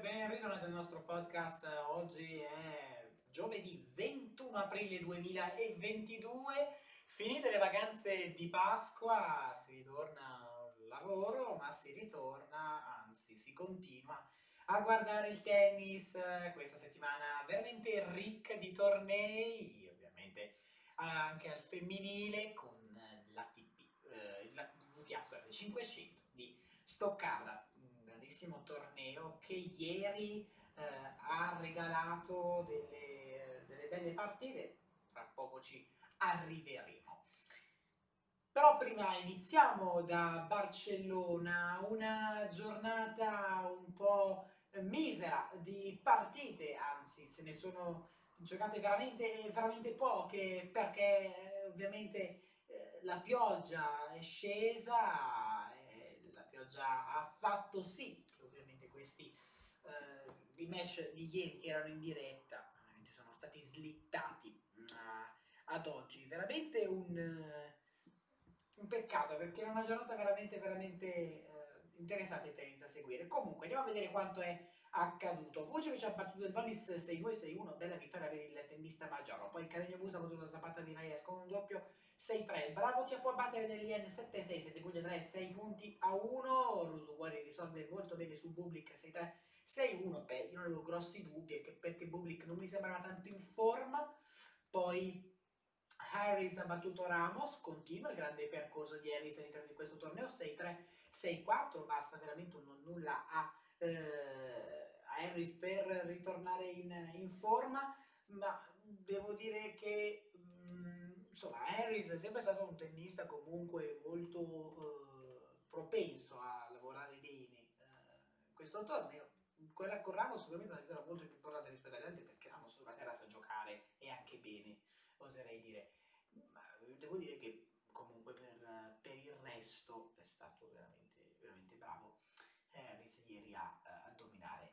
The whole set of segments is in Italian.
ben ritornati al nostro podcast. Oggi è giovedì 21 aprile 2022. Finite le vacanze di Pasqua, si ritorna al lavoro, ma si ritorna, anzi si continua a guardare il tennis. Questa settimana veramente ricca di tornei, ovviamente anche al femminile con l'ATP, la WTA, scusate, 500 di Stoccarda, un grandissimo torneo che ieri ha regalato delle belle partite, tra poco ci arriveremo. Però prima iniziamo da Barcellona, una giornata un po' misera di partite, anzi se ne sono giocate veramente poche perché ovviamente la pioggia è scesa e la pioggia ha fatto sì che ovviamente questi i match di ieri che erano in diretta ovviamente sono stati slittati ad oggi. Veramente un peccato perché era una giornata veramente interessante il tennis da seguire. Comunque andiamo a vedere quanto è accaduto. Vucevic ha battuto il Bonis 6-2-6-1, bella vittoria per il tennista Maggioro. Poi Carreño Busta ha battuto Zapata Vinales con un doppio 6-3. Bravo Tiafo a battere dell'IN 7-6, 7 punti 3, 6 punti a 1. Rusuguari risolve molto bene su Bublik 6-3, 6-1. Beh, io non avevo grossi dubbi perché Bublik non mi sembrava tanto in forma. Poi Harris ha battuto Ramos, continua il grande percorso di Harris all'interno di questo torneo, 6-3, 6-4, basta veramente un non nulla a Harris per ritornare in forma, ma devo dire che insomma Harris è sempre stato un tennista comunque molto propenso a lavorare bene in questo torneo. Quella con Ramos sicuramente è una vittoria molto più importante rispetto agli altri perché Ramos sulla terra sa giocare e anche bene, oserei dire. Ma devo dire che comunque per il resto è stato veramente bravo Harris ieri a dominare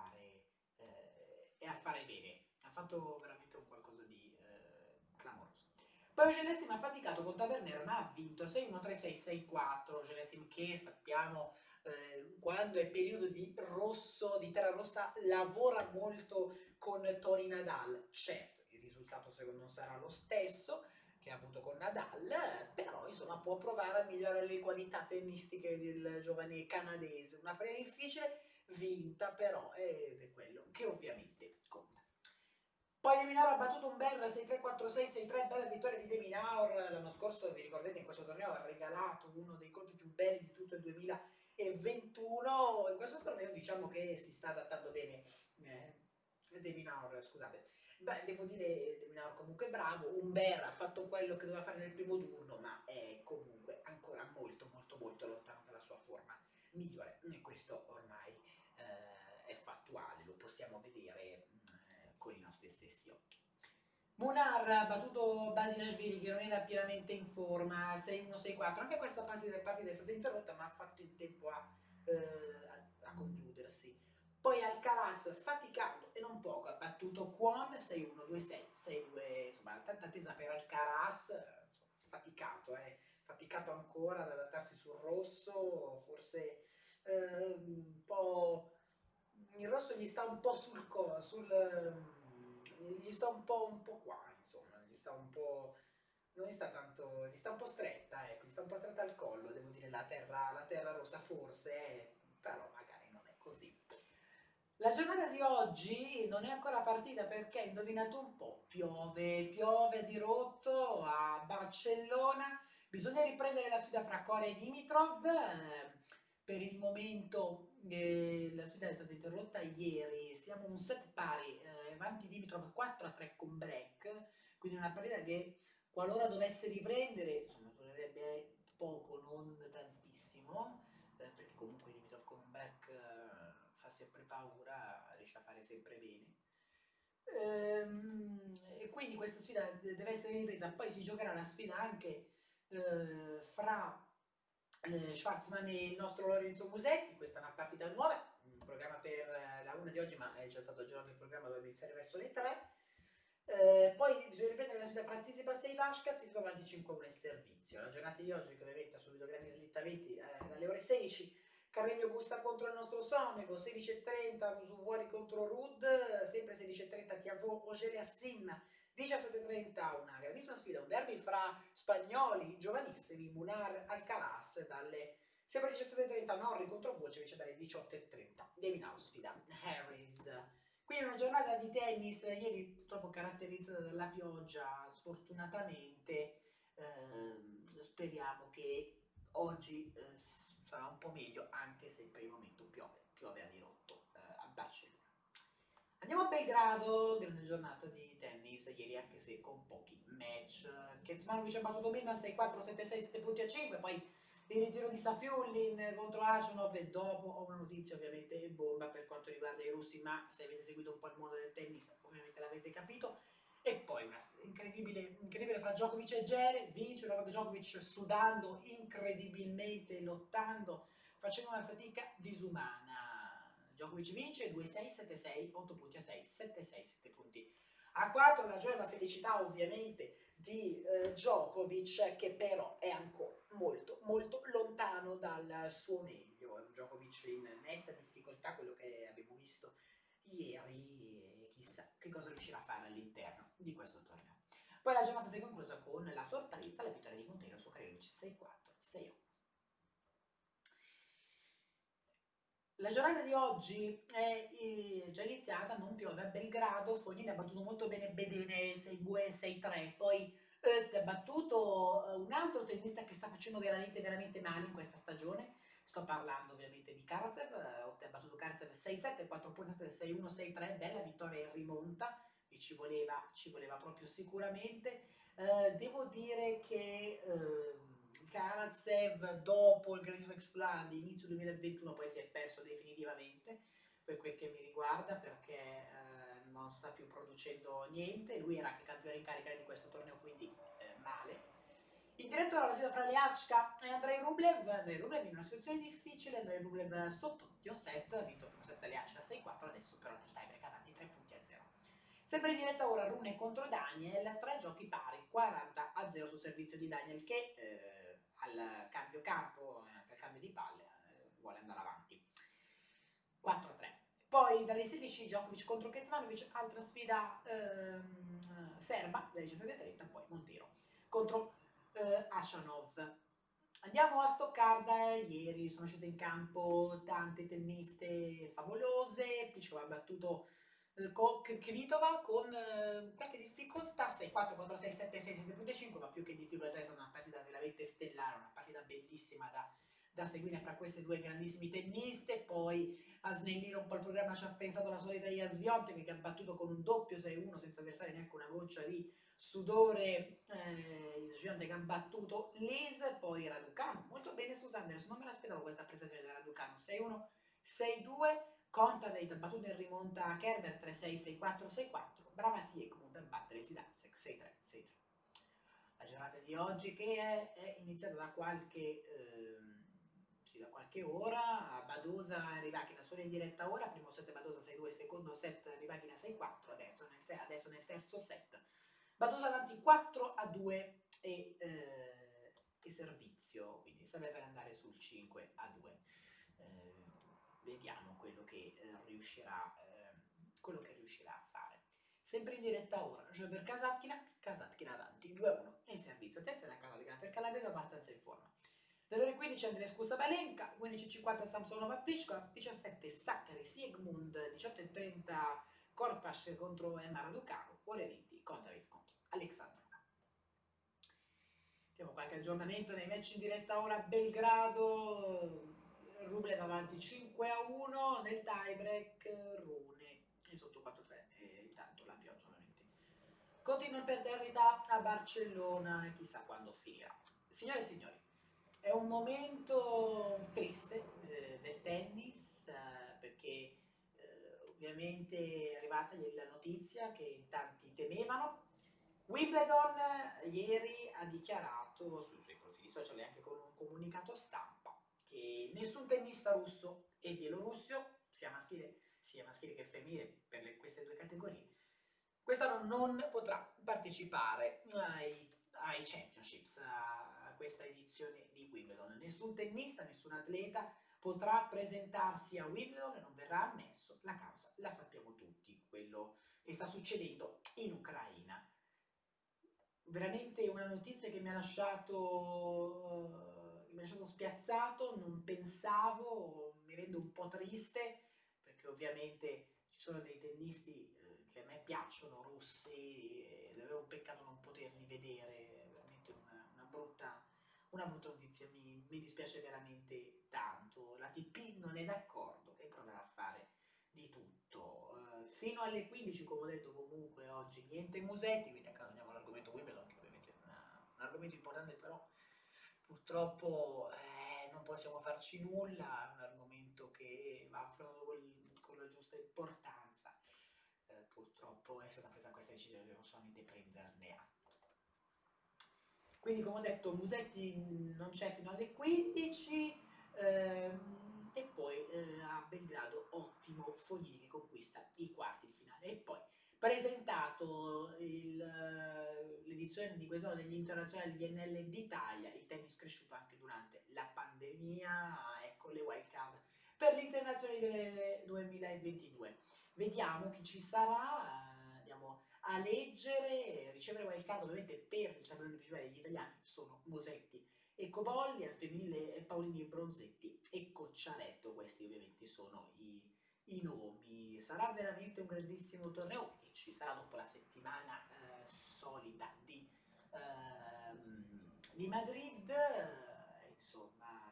e a fare bene. Ha fatto veramente un qualcosa di clamoroso. Poi Gelesim ha faticato con Tavernier ma ha vinto 6-1, 3-6, 6-4. Gelesim che sappiamo quando è periodo di rosso, di terra rossa, lavora molto con Tony Nadal. Certo, il risultato secondo me sarà lo stesso che ha avuto con Nadal, però insomma può provare a migliorare le qualità tennistiche del giovane canadese. Una partita difficile, vinta però, ed è quello che ovviamente conta. Poi De Minaur ha battuto un bel 6-3-4-6, 6-3, bella vittoria di De Minaur. L'anno scorso, vi ricordate, in questo torneo ha regalato uno dei colpi più belli di tutto il 2021. In questo torneo diciamo che si sta adattando bene De Minaur, scusate. Beh, devo dire, De Minaur comunque bravo. Umber ha fatto quello che doveva fare nel primo turno, ma è comunque ancora molto lontano dalla sua forma migliore. E questo ormai è fattuale, lo possiamo vedere con i nostri stessi occhi. Munar ha battuto Basilashvili che non era pienamente in forma, 6-1-6-4, anche questa fase del partita è stata interrotta ma ha fatto il tempo a concludersi. Poi Alcaraz faticando e non poco, ha battuto Kwon 6-1-2-6, 6-2, insomma tanta attesa per Alcaraz, faticato ancora ad adattarsi sul rosso, forse un po' il rosso gli sta un po' gli sta un po' qua, insomma, gli sta un po', non gli sta tanto, gli sta un po' stretta, ecco, gli sta un po' stretta al collo, devo dire, la terra rossa forse, però magari non è così. La giornata di oggi non è ancora partita perché, indovinate un po', piove a dirotto a Barcellona, bisogna riprendere la sfida fra Coria e Dimitrov, per il momento la sfida è stata interrotta ieri, siamo un set pari, avanti Dimitrov 4-3 con break, quindi una partita che qualora dovesse riprendere, insomma, durerebbe poco, non tantissimo, perché comunque Dimitrov con un break fa sempre paura, riesce a fare sempre bene. E quindi questa sfida deve essere ripresa, poi si giocherà la sfida anche fra Schwarzman e il nostro Lorenzo Musetti. Questa è una partita nuova, un programma per la 1 di oggi, ma è già stato aggiornato il programma, dovrebbe iniziare verso le 3. Poi bisogna riprendere la sfida fra Tsitsipas e Ivashka, Tsitsipas avanti 5-1 il servizio. La giornata di oggi che ovviamente ha subito grandi slittamenti dalle ore 16, Carreño Busta contro il nostro Sonego, 16:30 Rusuvuori contro Rud, sempre 16:30 Tiavò Ogele Assim, 17:30 una grandissima sfida, un derby fra spagnoli giovanissimi, Munar Alcaraz, dalle sempre 17:30 Norri contro Vucevic, dalle 18:30 Devinau sfida Harris. Quindi una giornata di tennis, ieri purtroppo caratterizzata dalla pioggia, sfortunatamente. Speriamo che oggi sarà un po' meglio, anche se per il momento piove a dirotto a Barcellona. Andiamo a Belgrado, grande giornata di tennis ieri, anche se con pochi match. Kecmanovic ha battuto Milman 6-4, 7-6, 7 punti a 5, poi il ritiro di Safiullin contro Acionov, e dopo ho una notizia ovviamente bomba per quanto riguarda i russi, ma se avete seguito un po' il mondo del tennis ovviamente l'avete capito. E poi una incredibile fra Djokovic e Djere, vince Novak Djokovic sudando incredibilmente, lottando, facendo una fatica disumana. Djokovic vince 2-6, 7-6, 8 punti a 6, 7-6, 7 punti a 4. La gioia e la felicità ovviamente di Djokovic, che però è ancora molto molto lontano dal suo meglio. È un Djokovic in netta difficoltà, quello che abbiamo visto ieri, chissà che cosa riuscirà a fare all'interno di questo torneo. Poi la giornata si è conclusa con la sorpresa, la vittoria di Monteiro su Kareljic 6-4, 6-8. La giornata di oggi è già iniziata, non piove a Belgrado, Fognini ha battuto molto bene Bedene 6-2, 6-3, poi ha battuto un altro tennista che sta facendo veramente veramente male in questa stagione, sto parlando ovviamente di Karatsev, ha battuto Karatsev 6-7, 4 punti, 6-1, 6-3, bella vittoria in rimonta, e ci voleva proprio sicuramente. Devo dire che Karatsev dopo il grandissimo exploit di inizio 2021 poi si è perso definitivamente per quel che mi riguarda, perché non sta più producendo niente. Lui era anche campione in carica di questo torneo, quindi male. In direttore la sfida fra Leachka e Andrei Rublev in una situazione difficile, Andrei Rublev sotto di un set, ha vinto il primo set Leachka 6-4, adesso però nel tiebreak avanti 3 punti a 0. Sempre in diretta ora Rune contro Daniel, 3 giochi pari, 40-0 sul servizio di Daniel, che al cambio campo, al cambio di palle, vuole andare avanti. 4-3. Poi dalle 16 Djokovic contro Kecmanovic, altra sfida serba, dalle 17:30, poi Monteiro contro Ašanov. Andiamo a Stoccarda, ieri sono scese in campo tante tenniste favolose, Pliskova ha battuto Kvitova con qualche difficoltà, 6-4, 4-6, 7-6, 7.5, ma più che difficoltà è stata una partita veramente stellare, una partita bellissima da seguire fra queste due grandissime tenniste. Poi a snellire un po' il programma ci ha pensato la solita Iga Swiatek, che ha battuto con un doppio 6-1 senza versare neanche una goccia di sudore. Swiatek ha battuto Lise, poi Raducanu, molto bene su Sanders, non me l'aspettavo questa prestazione da Raducanu, 6-1, 6-2. Kontaveit ha battuto in rimonta a Kerber 3-6, 6-4, 6-4. Brava Siegmund a battere Zidansek 6-3, 6-3. La giornata di oggi che è iniziata da qualche ora, Badosa Rivachina solo in diretta ora, primo set Badosa 6-2, secondo set Rivachina 6-4, adesso nel terzo set. Badosa avanti 4-2 e servizio, quindi serve per andare sul 5-2. Vediamo quello che riuscirà a fare. Sempre in diretta ora, per Kasatkina avanti 2-1 e in servizio. Attenzione a Kasatkina perché la vedo abbastanza in forma. Dalle ore 15 Andreescu Sabalenka, 15:50 Samsonova Pliskova, 17 Sakkari Siegmund, 18:30 Korpas contro Emma Raducanu, ore 20 Kontaveit contro Alexandrova. Abbiamo qualche aggiornamento nei match in diretta ora a Belgrado. Rublev avanti 5-1 nel tiebreak, Rune è sotto 4-3 e intanto la pioggia ovviamente continua imperterrita a Barcellona, chissà quando finirà. Signore e signori, è un momento triste del tennis, perché ovviamente è arrivata ieri la notizia che in tanti temevano. Wimbledon ieri ha dichiarato sui suoi profili social e anche con un comunicato stampa che nessun tennista russo e bielorusso, sia maschile che femminile, per queste due categorie, quest'anno non potrà partecipare ai championships, a questa edizione di Wimbledon. Nessun tennista, nessun atleta potrà presentarsi a Wimbledon e non verrà ammesso. La causa la sappiamo tutti, quello che sta succedendo in Ucraina. Veramente una notizia che mi ha lasciato spiazzato, non pensavo, mi rende un po' triste, perché ovviamente ci sono dei tennisti che a me piacciono, russi, ed è davvero un peccato non poterli vedere, veramente una brutta notizia, mi dispiace veramente tanto. La TP non è d'accordo e proverà a fare di tutto. Fino alle 15, come ho detto, comunque oggi niente Musetti, quindi andiamo all'argomento Wimbledon, che ovviamente è un argomento importante, però purtroppo non possiamo farci nulla, è un argomento che va affrontato con la giusta importanza. Purtroppo è stata presa questa decisione, dobbiamo solamente prenderne atto. Quindi come ho detto Musetti non c'è fino alle 15, e poi a Belgrado ottimo Fognini che conquista i quarti di finale. E poi presentato l'edizione di quest'anno degli internazionali BNL d'Italia, il tennis cresciuto anche durante la pandemia, ecco le wild card per l'internazionale BNL 2022. Vediamo chi ci sarà, andiamo a leggere, ricevere wild card ovviamente per il tabellone principale degli italiani sono Musetti e Cobolli, al femminile Paolini e Bronzetti e Cocciaretto, questi ovviamente sono i nomi. Sarà veramente un grandissimo torneo che ci sarà dopo la settimana solita di Madrid, insomma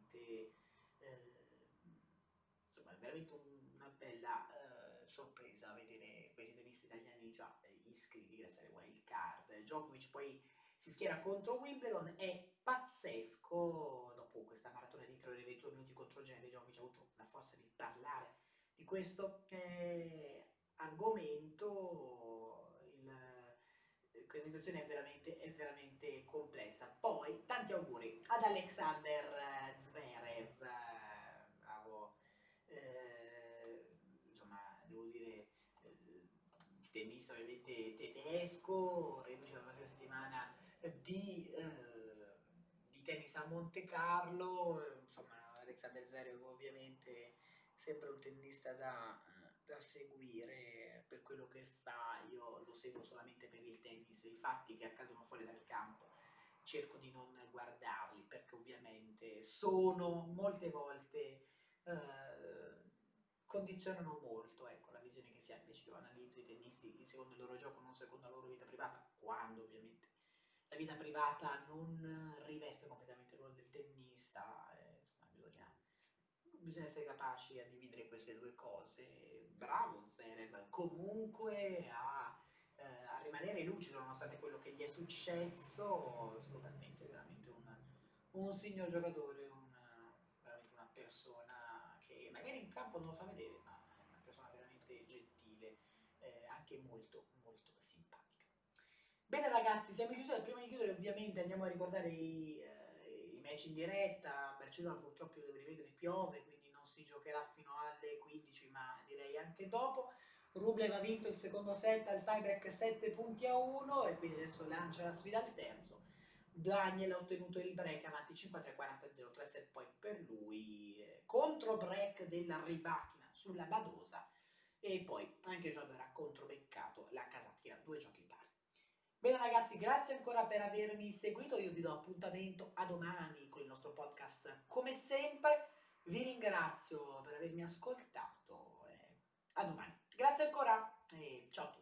veramente una bella sorpresa vedere questi tennisti italiani già iscritti grazie alle wild card. Djokovic poi si schiera contro Wimbledon, è pazzesco, dopo questa maratona di 3 ore e 22 minuti contro Genere, Djokovic ha avuto la forza di parlare di questo argomento, questa situazione è veramente complessa. Poi tanti auguri ad Alexander Zverev, bravo, insomma devo dire il tennista ovviamente tedesco, reduce dalla prima settimana di tennis a Monte Carlo, insomma Alexander Zverev ovviamente sembra un tennista da seguire per quello che fa. Io lo seguo solamente per il tennis, i fatti che accadono fuori dal campo cerco di non guardarli perché ovviamente sono molte volte condizionano molto, ecco, la visione che si ha. Invece io analizzo i tennisti secondo il loro gioco, non secondo la loro vita privata, quando ovviamente la vita privata non riveste completamente il ruolo del tennista, insomma bisogna essere capaci a dividere queste due cose. Bravo Zverev comunque a rimanere lucido nonostante quello che gli è successo, assolutamente, veramente un signor giocatore, veramente una persona che magari in campo non lo fa vedere, ma è una persona veramente gentile, anche molto molto simpatica. Bene ragazzi, siamo chiusi. Prima di chiudere ovviamente andiamo a ricordare i match in diretta. Barcellona purtroppo devo rivedere, piove, quindi non si giocherà fino alle 15, ma direi anche dopo. Rublev ha vinto il secondo set al tiebreak 7 punti a 1 e quindi adesso lancia la sfida al terzo. Daniel ha ottenuto il break avanti 5-3-40-0, 3 set point per lui, contro break della Rybakina sulla Badosa e poi anche Jobber ha controbeccato la Kasatkina, 2 giochi pari. Bene ragazzi, grazie ancora per avermi seguito, io vi do appuntamento a domani con il nostro podcast come sempre, vi ringrazio per avermi ascoltato, a domani. Grazie ancora e ciao a tutti.